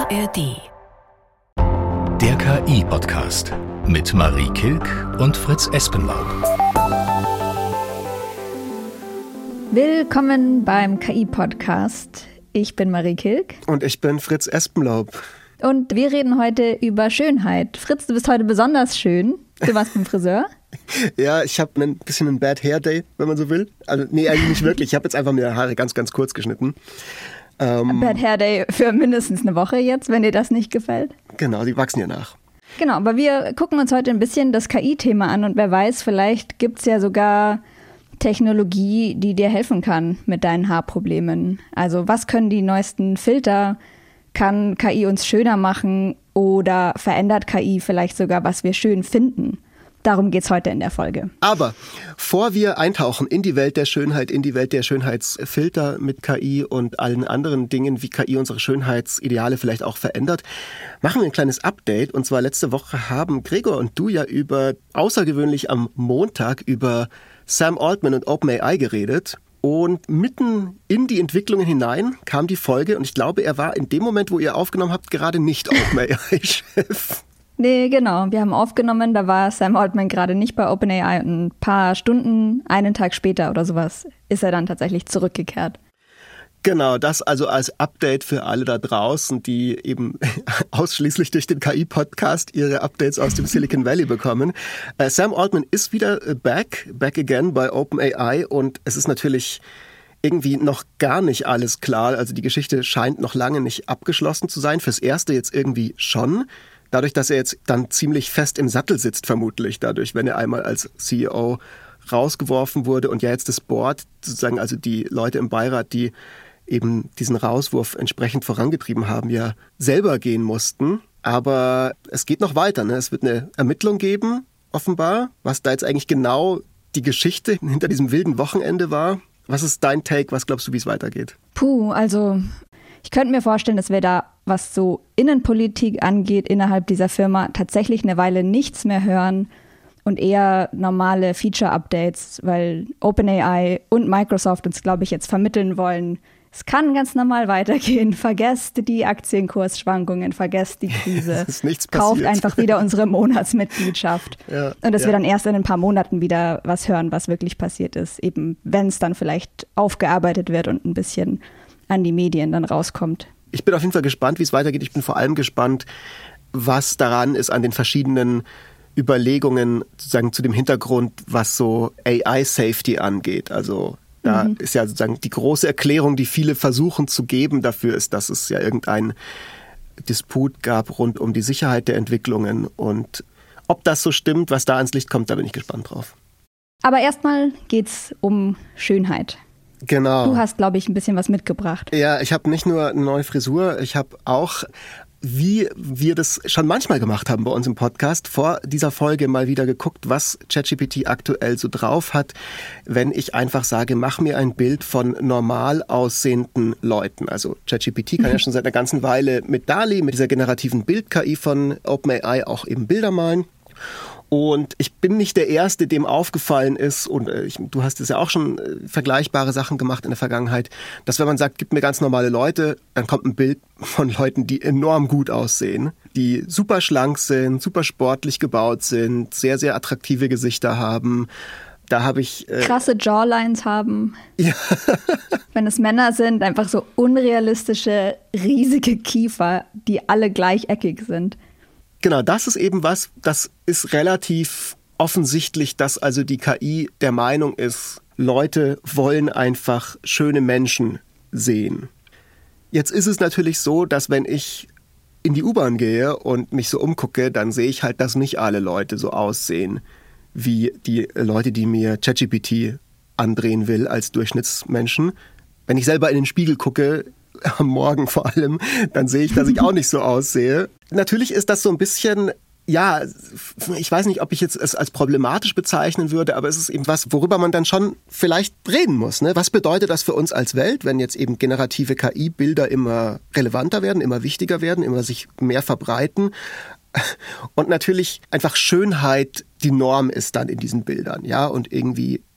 ARD. Der KI-Podcast mit Marie Kilk und Fritz Espenlaub. Willkommen beim KI-Podcast. Ich bin Marie Kilk. Und ich bin Fritz Espenlaub. Und wir reden heute über Schönheit. Fritz, du bist heute besonders schön. Du warst beim Friseur. Ja, ich habe ein bisschen einen Bad Hair Day, wenn man so will. Also nee, eigentlich nicht wirklich. Ich habe jetzt einfach meine Haare ganz kurz geschnitten. Bad Hair Day für mindestens eine Woche jetzt, wenn dir das nicht gefällt. Genau, die wachsen ja nach. Genau, aber wir gucken uns heute ein bisschen das KI-Thema an und wer weiß, vielleicht gibt es ja sogar Technologie, die dir helfen kann mit deinen Haarproblemen. Also was können die neuesten Filter? Kann KI uns schöner machen oder verändert KI vielleicht sogar, was wir schön finden? Darum geht's heute in der Folge. Aber bevor wir eintauchen in die Welt der Schönheit, in die Welt der Schönheitsfilter mit KI und allen anderen Dingen, wie KI unsere Schönheitsideale vielleicht auch verändert, machen wir ein kleines Update. Und zwar letzte Woche haben Gregor und du ja außergewöhnlich am Montag über Sam Altman und OpenAI geredet. Und mitten in die Entwicklungen hinein kam die Folge. Und ich glaube, er war in dem Moment, wo ihr aufgenommen habt, gerade nicht OpenAI-Chef. Nee, genau. Wir haben aufgenommen, da war Sam Altman gerade nicht bei OpenAI und ein paar Stunden, einen Tag später oder sowas, ist er dann tatsächlich zurückgekehrt. Genau, das also als Update für alle da draußen, die eben ausschließlich durch den KI-Podcast ihre Updates aus dem Silicon Valley bekommen. Sam Altman ist wieder back again bei OpenAI und es ist natürlich irgendwie noch gar nicht alles klar. Also die Geschichte scheint noch lange nicht abgeschlossen zu sein. Fürs Erste jetzt irgendwie schon. Dadurch, dass er jetzt dann ziemlich fest im Sattel sitzt, vermutlich dadurch, wenn er einmal als CEO rausgeworfen wurde und ja jetzt das Board, sozusagen also die Leute im Beirat, die eben diesen Rauswurf entsprechend vorangetrieben haben, ja selber gehen mussten. Aber es geht noch weiter, ne? Es wird eine Ermittlung geben, offenbar, was da jetzt eigentlich genau die Geschichte hinter diesem wilden Wochenende war. Was ist dein Take? Was glaubst du, wie es weitergeht? Also ich könnte mir vorstellen, dass wir da, was so Innenpolitik angeht, innerhalb dieser Firma tatsächlich eine Weile nichts mehr hören und eher normale Feature-Updates, weil OpenAI und Microsoft uns, glaube ich, jetzt vermitteln wollen, es kann ganz normal weitergehen. Vergesst die Aktienkursschwankungen, vergesst die Krise. Es ist nichts Kauft passiert. Einfach wieder unsere Monatsmitgliedschaft. Ja, und dass wir dann erst in ein paar Monaten wieder was hören, was wirklich passiert ist. Eben, wenn es dann vielleicht aufgearbeitet wird und ein bisschen an die Medien dann rauskommt. Ich bin auf jeden Fall gespannt, wie es weitergeht. Ich bin vor allem gespannt, was daran ist an den verschiedenen Überlegungen sozusagen zu dem Hintergrund, was so AI-Safety angeht. Also da ist ja sozusagen die große Erklärung, die viele versuchen zu geben dafür ist, dass es ja irgendein Disput gab rund um die Sicherheit der Entwicklungen. Und ob das so stimmt, was da ans Licht kommt, da bin ich gespannt drauf. Aber erstmal geht's um Schönheit. Genau. Du hast, glaube ich, ein bisschen was mitgebracht. Ja, ich habe nicht nur eine neue Frisur, ich habe auch, wie wir das schon manchmal gemacht haben bei uns im Podcast, vor dieser Folge mal wieder geguckt, was ChatGPT aktuell so drauf hat, wenn ich einfach sage, mach mir ein Bild von normal aussehenden Leuten. Also ChatGPT kann ja schon seit einer ganzen Weile mit DALL-E, mit dieser generativen Bild-KI von OpenAI auch eben Bilder malen. Und ich bin nicht der Erste, dem aufgefallen ist, und du hast es ja auch schon vergleichbare Sachen gemacht in der Vergangenheit, dass wenn man sagt, gib mir ganz normale Leute, dann kommt ein Bild von Leuten, die enorm gut aussehen, die super schlank sind, super sportlich gebaut sind, sehr, sehr attraktive Gesichter haben. Da habe ich krasse Jawlines haben. Ja. Wenn es Männer sind, einfach so unrealistische, riesige Kiefer, die alle gleicheckig sind. Genau, das ist eben was, das ist relativ offensichtlich, dass also die KI der Meinung ist, Leute wollen einfach schöne Menschen sehen. Jetzt ist es natürlich so, dass wenn ich in die U-Bahn gehe und mich so umgucke, dann sehe ich halt, dass nicht alle Leute so aussehen wie die Leute, die mir ChatGPT andrehen will als Durchschnittsmenschen. Wenn ich selber in den Spiegel gucke, am Morgen vor allem, dann sehe ich, dass ich auch nicht so aussehe. Natürlich ist das so ein bisschen, ja, ich weiß nicht, ob ich jetzt es als problematisch bezeichnen würde, aber es ist eben was, worüber man dann schon vielleicht reden muss. Ne? Was bedeutet das für uns als Welt, wenn jetzt eben generative KI-Bilder immer relevanter werden, immer wichtiger werden, immer sich mehr verbreiten? Und natürlich einfach Schönheit die Norm ist dann in diesen Bildern, ja, und irgendwie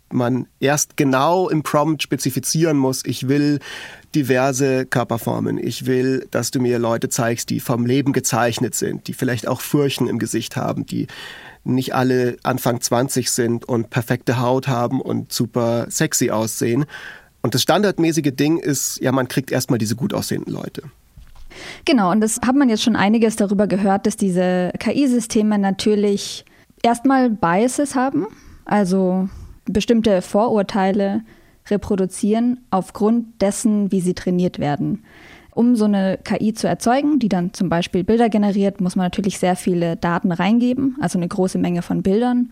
man erst genau im Prompt spezifizieren muss, ich will diverse Körperformen, ich will, dass du mir Leute zeigst, die vom Leben gezeichnet sind, die vielleicht auch Furchen im Gesicht haben, die nicht alle Anfang 20 sind und perfekte Haut haben und super sexy aussehen. Und das standardmäßige Ding ist, ja, man kriegt erstmal diese gut aussehenden Leute. Genau, und das hat man jetzt schon einiges darüber gehört, dass diese KI-Systeme natürlich erstmal Biases haben, also bestimmte Vorurteile reproduzieren aufgrund dessen, wie sie trainiert werden. Um so eine KI zu erzeugen, die dann zum Beispiel Bilder generiert, muss man natürlich sehr viele Daten reingeben, also eine große Menge von Bildern.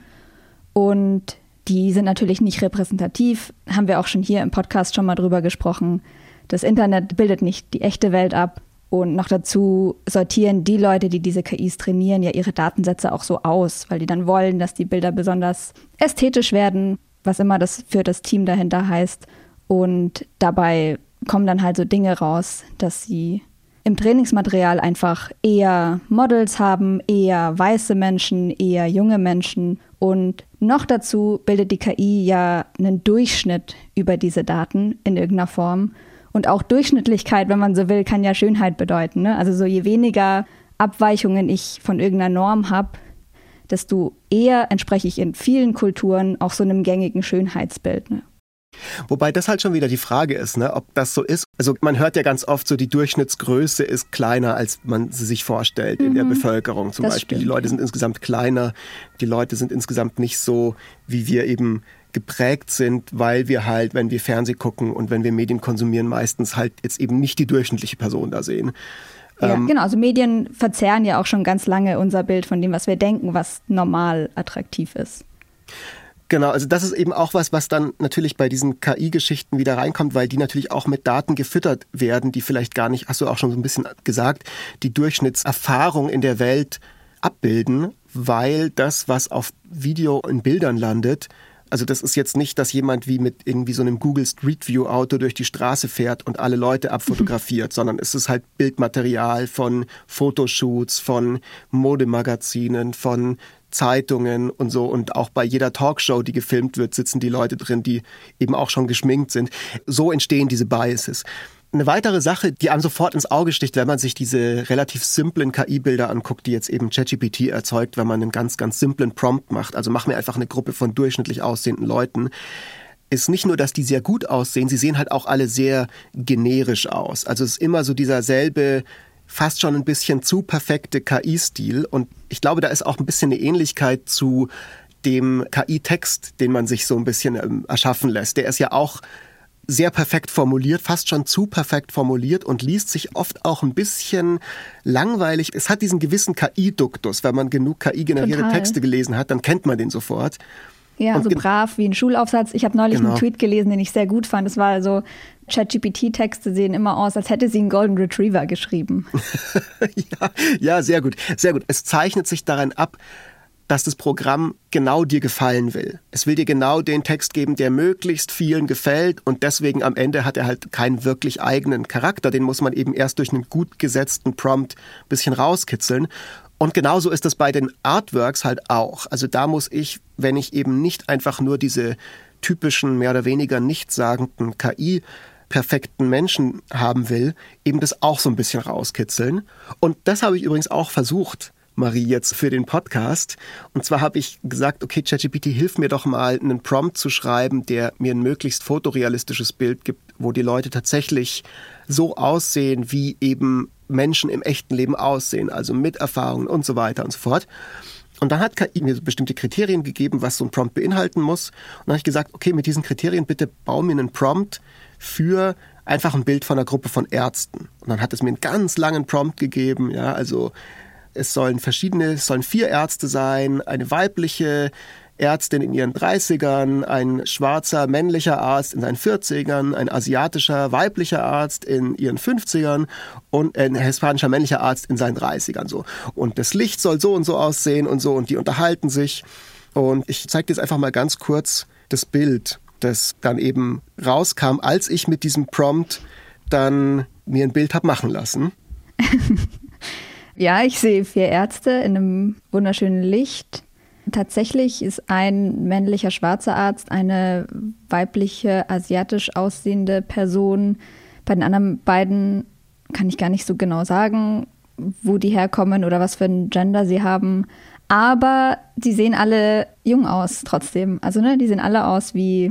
Und die sind natürlich nicht repräsentativ, haben wir auch schon hier im Podcast schon mal drüber gesprochen. Das Internet bildet nicht die echte Welt ab. Und noch dazu sortieren die Leute, die diese KIs trainieren, ja ihre Datensätze auch so aus, weil die dann wollen, dass die Bilder besonders ästhetisch werden, was immer das für das Team dahinter heißt. Und dabei kommen dann halt so Dinge raus, dass sie im Trainingsmaterial einfach eher Models haben, eher weiße Menschen, eher junge Menschen. Und noch dazu bildet die KI ja einen Durchschnitt über diese Daten in irgendeiner Form. Und auch Durchschnittlichkeit, wenn man so will, kann ja Schönheit bedeuten, ne? Also so je weniger Abweichungen ich von irgendeiner Norm habe, desto eher entspreche ich in vielen Kulturen auch so einem gängigen Schönheitsbild. Ne? Wobei das halt schon wieder die Frage ist, ne, ob das so ist. Also man hört ja ganz oft so, die Durchschnittsgröße ist kleiner, als man sie sich vorstellt in der Bevölkerung zum Beispiel. Stimmt. Die Leute sind insgesamt kleiner, die Leute sind insgesamt nicht so, wie wir eben geprägt sind, weil wir halt, wenn wir Fernsehen gucken und wenn wir Medien konsumieren, meistens halt jetzt eben nicht die durchschnittliche Person da sehen. Ja, genau. Also Medien verzerren ja auch schon ganz lange unser Bild von dem, was wir denken, was normal attraktiv ist. Genau, also das ist eben auch was dann natürlich bei diesen KI-Geschichten wieder reinkommt, weil die natürlich auch mit Daten gefüttert werden, die vielleicht gar nicht, hast du auch schon so ein bisschen gesagt, die Durchschnittserfahrung in der Welt abbilden, weil das, was auf Video in Bildern landet, also das ist jetzt nicht, dass jemand wie mit irgendwie so einem Google Street View Auto durch die Straße fährt und alle Leute abfotografiert, sondern es ist halt Bildmaterial von Fotoshoots, von Modemagazinen, von Zeitungen und so. Und auch bei jeder Talkshow, die gefilmt wird, sitzen die Leute drin, die eben auch schon geschminkt sind. So entstehen diese Biases. Eine weitere Sache, die einem sofort ins Auge sticht, wenn man sich diese relativ simplen KI-Bilder anguckt, die jetzt eben ChatGPT erzeugt, wenn man einen ganz, ganz simplen Prompt macht, also mach mir einfach eine Gruppe von durchschnittlich aussehenden Leuten, ist nicht nur, dass die sehr gut aussehen, sie sehen halt auch alle sehr generisch aus. Also es ist immer so dieser selbe, fast schon ein bisschen zu perfekte KI-Stil. Und ich glaube, da ist auch ein bisschen eine Ähnlichkeit zu dem KI-Text, den man sich so ein bisschen erschaffen lässt. Der ist ja auch sehr perfekt formuliert, fast schon zu perfekt formuliert und liest sich oft auch ein bisschen langweilig. Es hat diesen gewissen KI-Duktus. Wenn man genug KI-generierte Texte gelesen hat, dann kennt man den sofort. Ja, und so brav wie ein Schulaufsatz. Ich habe neulich einen Tweet gelesen, den ich sehr gut fand. Es war so, ChatGPT-Texte sehen immer aus, als hätte sie einen Golden Retriever geschrieben. Ja, sehr gut, sehr gut. Es zeichnet sich daran ab, dass das Programm genau dir gefallen will. Es will dir genau den Text geben, der möglichst vielen gefällt und deswegen am Ende hat er halt keinen wirklich eigenen Charakter. Den muss man eben erst durch einen gut gesetzten Prompt ein bisschen rauskitzeln. Und genauso ist das bei den Artworks halt auch. Also da muss ich, wenn ich eben nicht einfach nur diese typischen, mehr oder weniger nichtssagenden KI-perfekten Menschen haben will, eben das auch so ein bisschen rauskitzeln. Und das habe ich übrigens auch versucht, Marie, jetzt für den Podcast. Und zwar habe ich gesagt, okay, ChatGPT, hilf mir doch mal, einen Prompt zu schreiben, der mir ein möglichst fotorealistisches Bild gibt, wo die Leute tatsächlich so aussehen, wie eben Menschen im echten Leben aussehen, also mit Erfahrungen und so weiter und so fort. Und dann hat KI mir bestimmte Kriterien gegeben, was so ein Prompt beinhalten muss. Und dann habe ich gesagt, okay, mit diesen Kriterien bitte bau mir einen Prompt für einfach ein Bild von einer Gruppe von Ärzten. Und dann hat es mir einen ganz langen Prompt gegeben, ja, also es sollen 4 Ärzte sein, eine weibliche Ärztin in ihren 30ern, ein schwarzer männlicher Arzt in seinen 40ern, ein asiatischer weiblicher Arzt in ihren 50ern und ein hispanischer männlicher Arzt in seinen 30ern. So. Und das Licht soll so und so aussehen und so und die unterhalten sich. Und ich zeige dir jetzt einfach mal ganz kurz das Bild, das dann eben rauskam, als ich mit diesem Prompt dann mir ein Bild habe machen lassen. Ja, ich sehe 4 Ärzte in einem wunderschönen Licht. Tatsächlich ist ein männlicher schwarzer Arzt eine weibliche, asiatisch aussehende Person. Bei den anderen beiden kann ich gar nicht so genau sagen, wo die herkommen oder was für ein Gender sie haben. Aber die sehen alle jung aus trotzdem. Also die sehen alle aus wie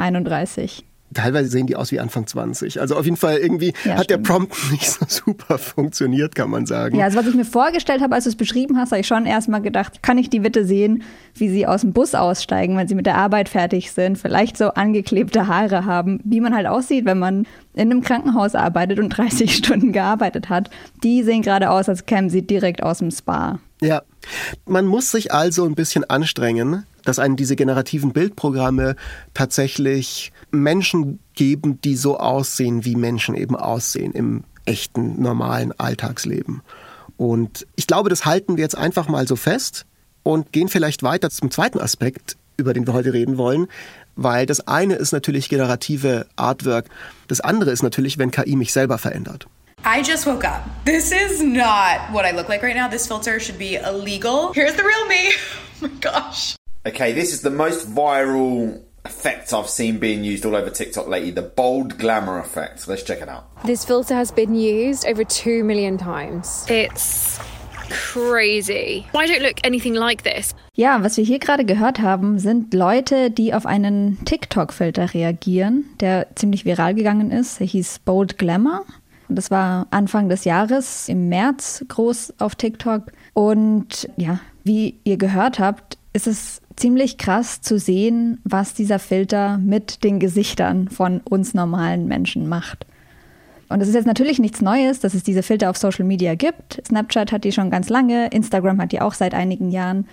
31. Teilweise sehen die aus wie Anfang 20. Also auf jeden Fall irgendwie hat der Prompt nicht so super funktioniert, kann man sagen. Ja, also was ich mir vorgestellt habe, als du es beschrieben hast, habe ich schon erstmal gedacht, kann ich die bitte sehen, wie sie aus dem Bus aussteigen, wenn sie mit der Arbeit fertig sind, vielleicht so angeklebte Haare haben, wie man halt aussieht, wenn man in einem Krankenhaus arbeitet und 30 Stunden gearbeitet hat. Die sehen gerade aus, als kämen sie direkt aus dem Spa. Ja, man muss sich also ein bisschen anstrengen, dass einen diese generativen Bildprogramme tatsächlich Menschen geben, die so aussehen, wie Menschen eben aussehen im echten, normalen Alltagsleben. Und ich glaube, das halten wir jetzt einfach mal so fest und gehen vielleicht weiter zum zweiten Aspekt, über den wir heute reden wollen, weil das eine ist natürlich generative Artwork, das andere ist natürlich, wenn KI mich selber verändert. I just woke up. This is not what I look like right now. This filter should be illegal. Here's the real me. Oh my gosh. Okay, this is the most viral effect I've seen being used all over TikTok lately, the bold glamour effect. Let's check it out. This filter has been used over 2 million times. It's crazy. I don't look anything like this. Ja, was wir hier gerade gehört haben, sind Leute, die auf einen TikTok-Filter reagieren, der ziemlich viral gegangen ist. Er hieß Bold Glamour. Das war Anfang des Jahres, im März, groß auf TikTok. Und ja, wie ihr gehört habt, ist es ziemlich krass zu sehen, was dieser Filter mit den Gesichtern von uns normalen Menschen macht. Und es ist jetzt natürlich nichts Neues, dass es diese Filter auf Social Media gibt. Snapchat hat die schon ganz lange, Instagram hat die auch seit einigen Jahren.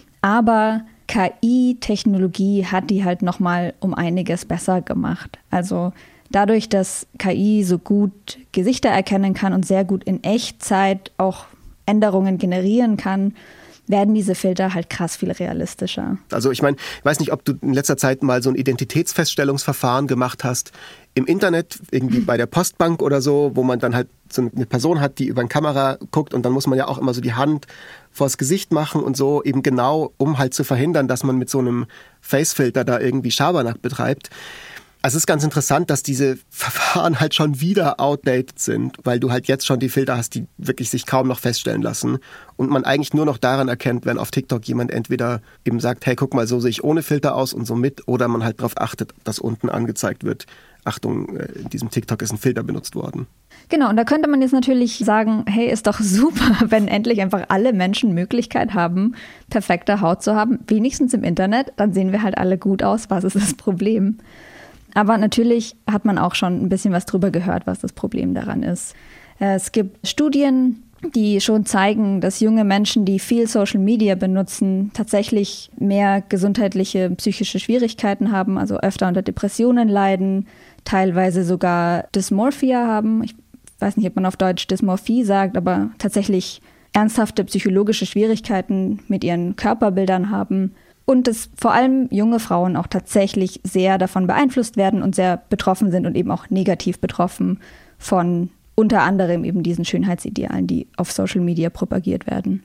Aber KI-Technologie hat die halt nochmal um einiges besser gemacht. Also dadurch, dass KI so gut Gesichter erkennen kann und sehr gut in Echtzeit auch Änderungen generieren kann, werden diese Filter halt krass viel realistischer. Also ich meine, ich weiß nicht, ob du in letzter Zeit mal so ein Identitätsfeststellungsverfahren gemacht hast im Internet, irgendwie bei der Postbank oder so, wo man dann halt so eine Person hat, die über eine Kamera guckt und dann muss man ja auch immer so die Hand vors Gesicht machen und so, eben genau, um halt zu verhindern, dass man mit so einem Facefilter da irgendwie Schabernack betreibt. Also es ist ganz interessant, dass diese Verfahren halt schon wieder outdated sind, weil du halt jetzt schon die Filter hast, die wirklich sich kaum noch feststellen lassen und man eigentlich nur noch daran erkennt, wenn auf TikTok jemand entweder eben sagt, hey, guck mal, so sehe ich ohne Filter aus und so mit, oder man halt darauf achtet, dass unten angezeigt wird, Achtung, in diesem TikTok ist ein Filter benutzt worden. Genau, und da könnte man jetzt natürlich sagen, hey, ist doch super, wenn endlich einfach alle Menschen Möglichkeit haben, perfekte Haut zu haben, wenigstens im Internet, dann sehen wir halt alle gut aus, was ist das Problem? Aber natürlich hat man auch schon ein bisschen was drüber gehört, was das Problem daran ist. Es gibt Studien, die schon zeigen, dass junge Menschen, die viel Social Media benutzen, tatsächlich mehr gesundheitliche, psychische Schwierigkeiten haben, also öfter unter Depressionen leiden, teilweise sogar Dysmorphia haben. Ich weiß nicht, ob man auf Deutsch Dysmorphie sagt, aber tatsächlich ernsthafte psychologische Schwierigkeiten mit ihren Körperbildern haben. Und dass vor allem junge Frauen auch tatsächlich sehr davon beeinflusst werden und sehr betroffen sind und eben auch negativ betroffen von unter anderem eben diesen Schönheitsidealen, die auf Social Media propagiert werden.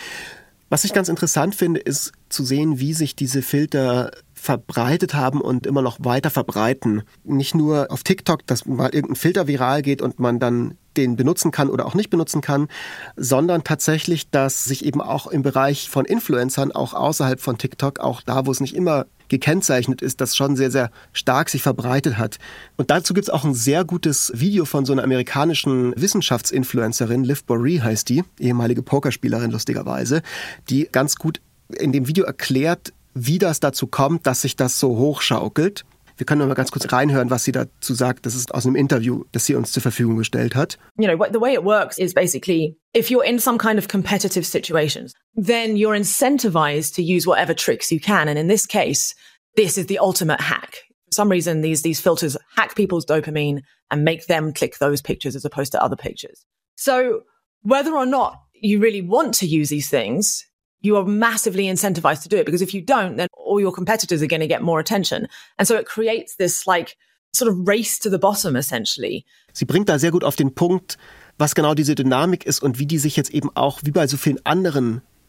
Was ich ganz interessant finde, ist zu sehen, wie sich diese Filter verbreitet haben und immer noch weiter verbreiten. Nicht nur auf TikTok, dass mal irgendein Filter viral geht und man dann den benutzen kann oder auch nicht benutzen kann, sondern tatsächlich, dass sich eben auch im Bereich von Influencern, auch außerhalb von TikTok, auch da, wo es nicht immer gekennzeichnet ist, das schon sehr, sehr stark sich verbreitet hat. Und dazu gibt es auch ein sehr gutes Video von so einer amerikanischen Wissenschaftsinfluencerin, Liv Boeree heißt die, ehemalige Pokerspielerin lustigerweise, die ganz gut in dem Video erklärt, wie das dazu kommt, dass sich das so hochschaukelt. Wir können mal ganz kurz reinhören, was sie dazu sagt. Das ist aus einem Interview, das sie uns zur Verfügung gestellt hat. You know, the way it works is basically, if you're in some kind of competitive situations, then you're incentivized to use whatever tricks you can. And in this case, this is the ultimate hack. For some reason, these filters hack people's dopamine and make them click those pictures as opposed to other pictures. So whether or not you really want to use these things, you are massively incentivized to do it, because if you don't, then all your competitors are going to get more attention. And so it creates this like sort of race to the bottom essentially. Sie bringt da sehr gut auf den Punkt, was genau diese Dynamik ist und wie die sich jetzt eben auch, wie bei so vielen anderen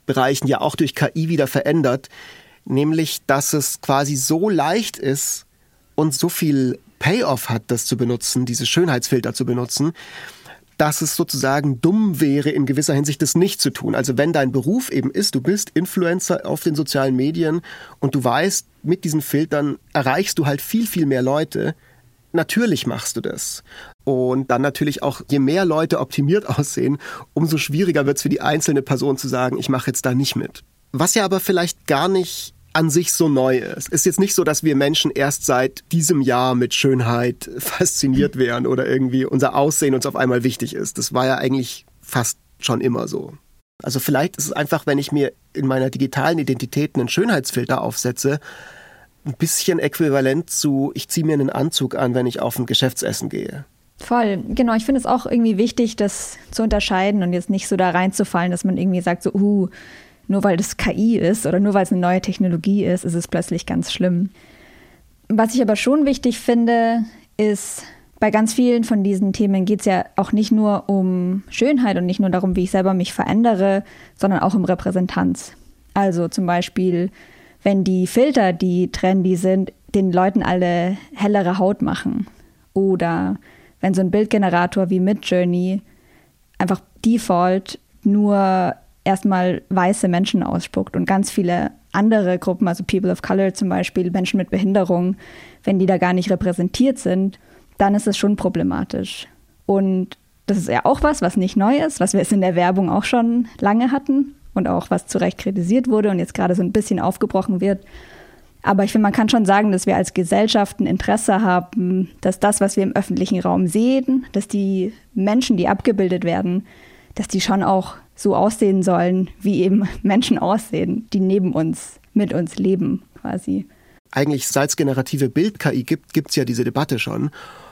Bereichen ja auch durch KI wieder verändert, nämlich dass es quasi so leicht ist und so viel Payoff hat, das zu benutzen, diese Schönheitsfilter zu benutzen, dass es sozusagen dumm wäre, in gewisser Hinsicht das nicht zu tun. Also wenn dein Beruf eben ist, du bist Influencer auf den sozialen Medien und du weißt, mit diesen Filtern erreichst du halt viel, viel mehr Leute, natürlich machst du das. Und dann natürlich auch, je mehr Leute optimiert aussehen, umso schwieriger wird es für die einzelne Person zu sagen, ich mache jetzt da nicht mit. Was ja aber vielleicht gar nicht an sich so neu ist. Ist jetzt nicht so, dass wir Menschen erst seit diesem Jahr mit Schönheit fasziniert wären oder irgendwie unser Aussehen uns auf einmal wichtig ist. Das war ja eigentlich fast schon immer so. Also vielleicht ist es einfach, wenn ich mir in meiner digitalen Identität einen Schönheitsfilter aufsetze, ein bisschen äquivalent zu, ich ziehe mir einen Anzug an, wenn ich auf ein Geschäftsessen gehe. Voll, genau. Ich finde es auch irgendwie wichtig, das zu unterscheiden und jetzt nicht so da reinzufallen, dass man irgendwie sagt, so, nur weil das KI ist oder nur weil es eine neue Technologie ist, ist es plötzlich ganz schlimm. Was ich aber schon wichtig finde, ist, bei ganz vielen von diesen Themen geht es ja auch nicht nur um Schönheit und nicht nur darum, wie ich selber mich verändere, sondern auch um Repräsentanz. Also zum Beispiel, wenn die Filter, die trendy sind, den Leuten alle hellere Haut machen. Oder wenn so ein Bildgenerator wie Midjourney einfach default nur erstmal weiße Menschen ausspuckt und ganz viele andere Gruppen, also People of Color zum Beispiel, Menschen mit Behinderung, wenn die da gar nicht repräsentiert sind, dann ist es schon problematisch. Und das ist ja auch was nicht neu ist, was wir jetzt in der Werbung auch schon lange hatten und auch was zu Recht kritisiert wurde und jetzt gerade so ein bisschen aufgebrochen wird. Aber ich finde, man kann schon sagen, dass wir als Gesellschaft ein Interesse haben, dass das, was wir im öffentlichen Raum sehen, dass die Menschen, die abgebildet werden, dass die schon auch so aussehen sollen, wie eben Menschen aussehen, die neben uns, mit uns leben quasi. Eigentlich, seit es generative Bild-KI gibt es ja diese Debatte schon.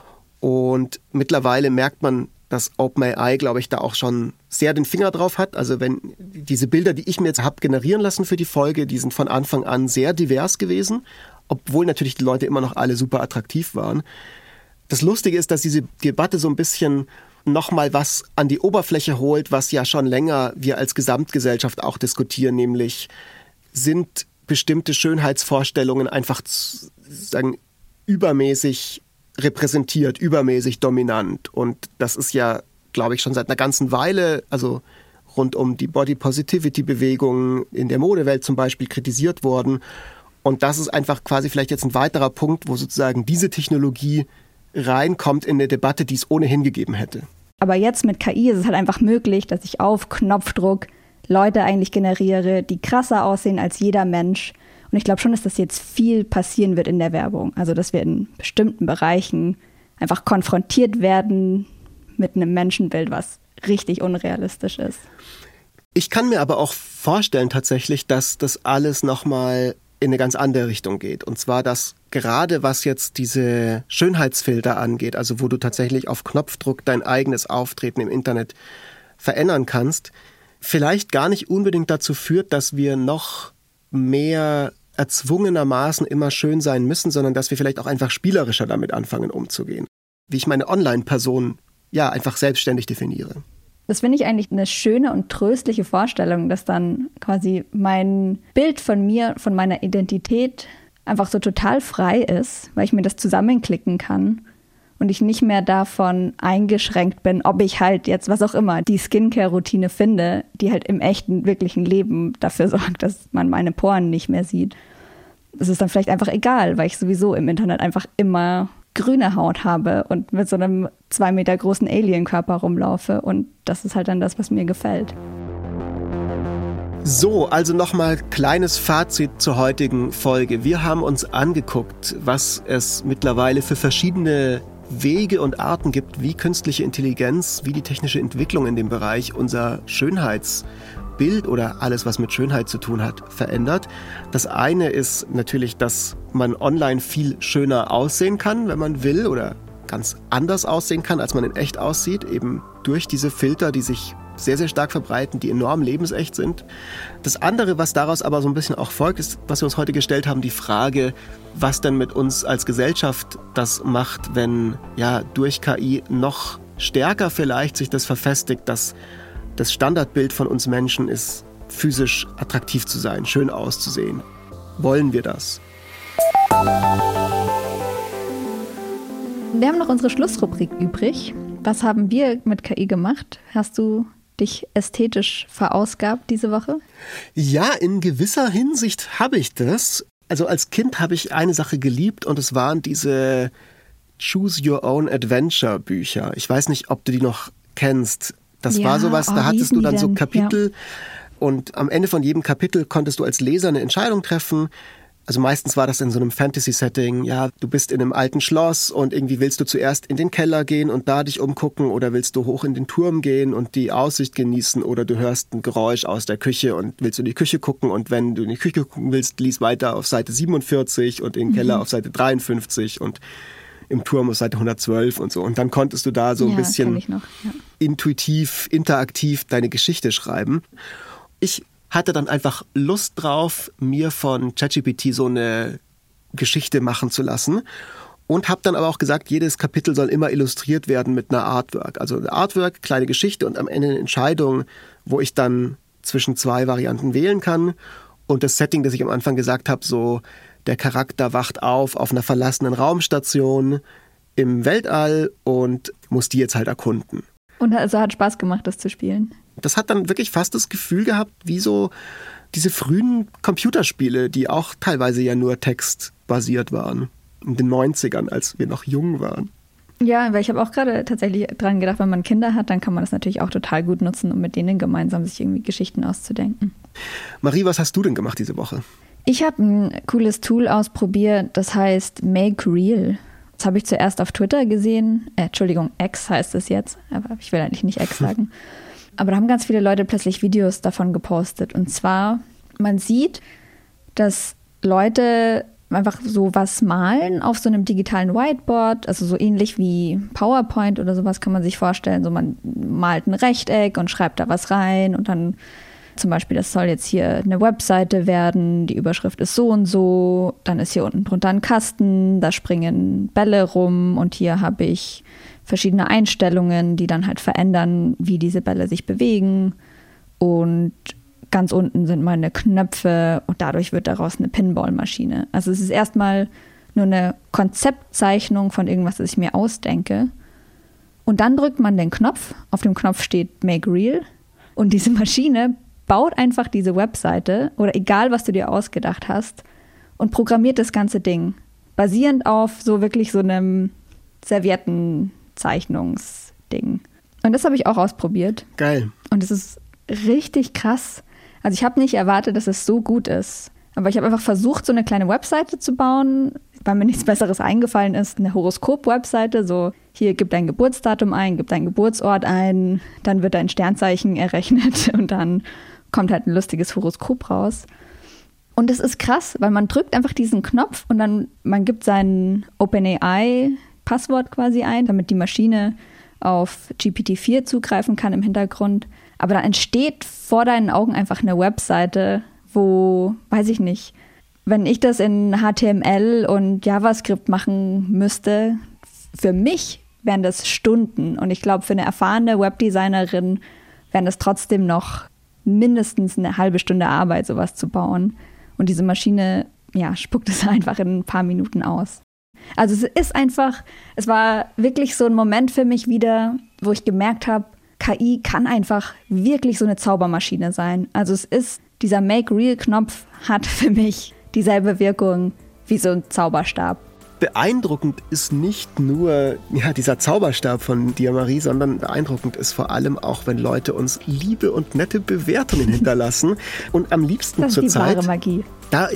Und mittlerweile merkt man, dass OpenAI, glaube ich, da auch schon sehr den Finger drauf hat. Also wenn diese Bilder, die ich mir jetzt habe generieren lassen für die Folge, die sind von Anfang an sehr divers gewesen, obwohl natürlich die Leute immer noch alle super attraktiv waren. Das Lustige ist, dass diese Debatte so ein bisschen nochmal was an die Oberfläche holt, was ja schon länger wir als Gesamtgesellschaft auch diskutieren, nämlich sind bestimmte Schönheitsvorstellungen einfach sozusagen übermäßig repräsentiert, übermäßig dominant. Und das ist ja, glaube ich, schon seit einer ganzen Weile, also rund um die Body-Positivity-Bewegung in der Modewelt zum Beispiel kritisiert worden. Und das ist einfach quasi vielleicht jetzt ein weiterer Punkt, wo sozusagen diese Technologie reinkommt in eine Debatte, die es ohnehin gegeben hätte. Aber jetzt mit KI ist es halt einfach möglich, dass ich auf Knopfdruck Leute eigentlich generiere, die krasser aussehen als jeder Mensch. Und ich glaube schon, dass das jetzt viel passieren wird in der Werbung. Also dass wir in bestimmten Bereichen einfach konfrontiert werden mit einem Menschenbild, was richtig unrealistisch ist. Ich kann mir aber auch vorstellen tatsächlich, dass das alles nochmal in eine ganz andere Richtung geht. Und zwar, dass gerade was jetzt diese Schönheitsfilter angeht, also wo du tatsächlich auf Knopfdruck dein eigenes Auftreten im Internet verändern kannst, vielleicht gar nicht unbedingt dazu führt, dass wir noch mehr erzwungenermaßen immer schön sein müssen, sondern dass wir vielleicht auch einfach spielerischer damit anfangen umzugehen. Wie ich meine Online-Person ja einfach selbstständig definiere. Das finde ich eigentlich eine schöne und tröstliche Vorstellung, dass dann quasi mein Bild von mir, von meiner Identität einfach so total frei ist, weil ich mir das zusammenklicken kann und ich nicht mehr davon eingeschränkt bin, ob ich halt jetzt, was auch immer, die Skincare-Routine finde, die halt im echten, wirklichen Leben dafür sorgt, dass man meine Poren nicht mehr sieht. Das ist dann vielleicht einfach egal, weil ich sowieso im Internet einfach immer grüne Haut habe und mit so einem 2 Meter großen Alien-Körper rumlaufe. Und das ist halt dann das, was mir gefällt. So, also nochmal kleines Fazit zur heutigen Folge. Wir haben uns angeguckt, was es mittlerweile für verschiedene Wege und Arten gibt, wie künstliche Intelligenz, wie die technische Entwicklung in dem Bereich unser Schönheitsbild oder alles, was mit Schönheit zu tun hat, verändert. Das eine ist natürlich, dass man online viel schöner aussehen kann, wenn man will, oder ganz anders aussehen kann, als man in echt aussieht, eben durch diese Filter, die sich sehr, sehr stark verbreiten, die enorm lebensecht sind. Das andere, was daraus aber so ein bisschen auch folgt, ist, was wir uns heute gestellt haben, die Frage, was denn mit uns als Gesellschaft das macht, wenn ja durch KI noch stärker vielleicht sich das verfestigt, dass das Standardbild von uns Menschen ist physisch attraktiv zu sein, schön auszusehen. Wollen wir das? Wir haben noch unsere Schlussrubrik übrig. Was haben wir mit KI gemacht? Hast du dich ästhetisch verausgabt diese Woche? Ja, in gewisser Hinsicht habe ich das. Also als Kind habe ich eine Sache geliebt und es waren diese Choose Your Own Adventure Bücher. Ich weiß nicht, ob du die noch kennst. Das war sowas, da hattest du dann so Kapitel und am Ende von jedem Kapitel konntest du als Leser eine Entscheidung treffen. Also meistens war das in so einem Fantasy-Setting, ja, du bist in einem alten Schloss und irgendwie willst du zuerst in den Keller gehen und da dich umgucken oder willst du hoch in den Turm gehen und die Aussicht genießen oder du hörst ein Geräusch aus der Küche und willst in die Küche gucken und wenn du in die Küche gucken willst, lies weiter auf Seite 47 und in den Keller auf Seite 53 und im Turm auf Seite 112 und so. Und dann konntest du da so ein bisschen intuitiv, interaktiv deine Geschichte schreiben. Ich hatte dann einfach Lust drauf, mir von ChatGPT so eine Geschichte machen zu lassen und habe dann aber auch gesagt, jedes Kapitel soll immer illustriert werden mit einer Artwork. Also eine Artwork, kleine Geschichte und am Ende eine Entscheidung, wo ich dann zwischen 2 Varianten wählen kann. Und das Setting, das ich am Anfang gesagt habe, so der Charakter wacht auf einer verlassenen Raumstation im Weltall und muss die jetzt halt erkunden. Und also hat Spaß gemacht, das zu spielen? Das hat dann wirklich fast das Gefühl gehabt, wie so diese frühen Computerspiele, die auch teilweise ja nur textbasiert waren. In den 90ern, als wir noch jung waren. Ja, weil ich habe auch gerade tatsächlich dran gedacht, wenn man Kinder hat, dann kann man das natürlich auch total gut nutzen, um mit denen gemeinsam sich irgendwie Geschichten auszudenken. Marie, was hast du denn gemacht diese Woche? Ich habe ein cooles Tool ausprobiert, das heißt Make Real. Das habe ich zuerst auf Twitter gesehen. X heißt es jetzt, aber ich will eigentlich nicht X sagen. Aber da haben ganz viele Leute plötzlich Videos davon gepostet. Und zwar, man sieht, dass Leute einfach so was malen auf so einem digitalen Whiteboard, also so ähnlich wie PowerPoint oder sowas kann man sich vorstellen. So man malt ein Rechteck und schreibt da was rein und dann zum Beispiel, das soll jetzt hier eine Webseite werden, die Überschrift ist so und so, dann ist hier unten drunter ein Kasten, da springen Bälle rum und hier habe ich verschiedene Einstellungen, die dann halt verändern, wie diese Bälle sich bewegen und ganz unten sind meine Knöpfe und dadurch wird daraus eine Pinball-Maschine. Also es ist erstmal nur eine Konzeptzeichnung von irgendwas, das ich mir ausdenke und dann drückt man den Knopf, auf dem Knopf steht Make Real und diese Maschine baut einfach diese Webseite oder egal, was du dir ausgedacht hast und programmiert das ganze Ding, basierend auf so wirklich so einem Serviettenzeichnungsding. Und das habe ich auch ausprobiert. Geil. Und es ist richtig krass. Also ich habe nicht erwartet, dass es so gut ist. Aber ich habe einfach versucht, so eine kleine Webseite zu bauen, weil mir nichts Besseres eingefallen ist. Eine Horoskop-Webseite, so hier gib dein Geburtsdatum ein, gib deinen Geburtsort ein, dann wird dein Sternzeichen errechnet und dann kommt halt ein lustiges Horoskop raus. Und es ist krass, weil man drückt einfach diesen Knopf und dann man gibt sein OpenAI-Passwort quasi ein, damit die Maschine auf GPT-4 zugreifen kann im Hintergrund. Aber da entsteht vor deinen Augen einfach eine Webseite, wo, weiß ich nicht, wenn ich das in HTML und JavaScript machen müsste, für mich wären das Stunden. Und ich glaube, für eine erfahrene Webdesignerin wären das trotzdem noch mindestens eine halbe Stunde Arbeit, sowas zu bauen. Und diese Maschine, ja, spuckt es einfach in ein paar Minuten aus. Also es ist einfach, es war wirklich so ein Moment für mich wieder, wo ich gemerkt habe, KI kann einfach wirklich so eine Zaubermaschine sein. Also es ist, dieser Make-Real-Knopf hat für mich dieselbe Wirkung wie so ein Zauberstab. Beeindruckend ist nicht nur dieser Zauberstab von dir, Marie, sondern beeindruckend ist vor allem auch, wenn Leute uns liebe und nette Bewertungen hinterlassen. Und am liebsten zur Zeit. Das ist die wahre Magie.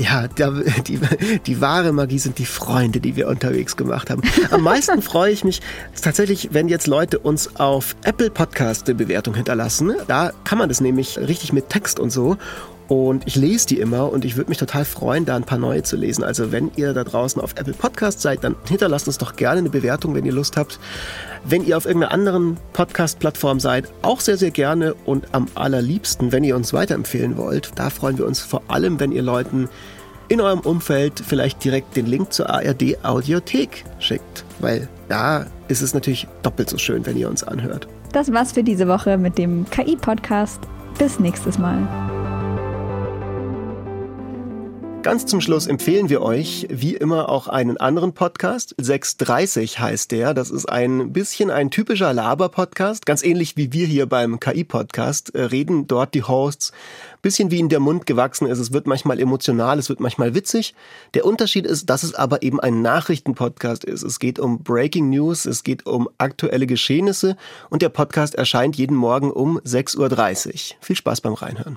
Die wahre Magie sind die Freunde, die wir unterwegs gemacht haben. Am meisten freue ich mich tatsächlich, wenn jetzt Leute uns auf Apple Podcast eine Bewertung hinterlassen. Da kann man das nämlich richtig mit Text und so. Und ich lese die immer und ich würde mich total freuen, da ein paar neue zu lesen. Also wenn ihr da draußen auf Apple Podcast seid, dann hinterlasst uns doch gerne eine Bewertung, wenn ihr Lust habt. Wenn ihr auf irgendeiner anderen Podcast-Plattform seid, auch sehr, sehr gerne. Und am allerliebsten, wenn ihr uns weiterempfehlen wollt, da freuen wir uns vor allem, wenn ihr Leuten in eurem Umfeld vielleicht direkt den Link zur ARD Audiothek schickt. Weil da ist es natürlich doppelt so schön, wenn ihr uns anhört. Das war's für diese Woche mit dem KI-Podcast. Bis nächstes Mal. ganz zum Schluss empfehlen wir euch, wie immer, auch einen anderen Podcast. 630 heißt der. Das ist ein bisschen ein typischer Laber-Podcast. Ganz ähnlich wie wir hier beim KI-Podcast reden dort die Hosts. Bisschen wie in der Mund gewachsen ist. Es wird manchmal emotional, es wird manchmal witzig. Der Unterschied ist, dass es aber eben ein Nachrichtenpodcast ist. Es geht um Breaking News, es geht um aktuelle Geschehnisse und der Podcast erscheint jeden Morgen um 6:30 Uhr. Viel Spaß beim Reinhören.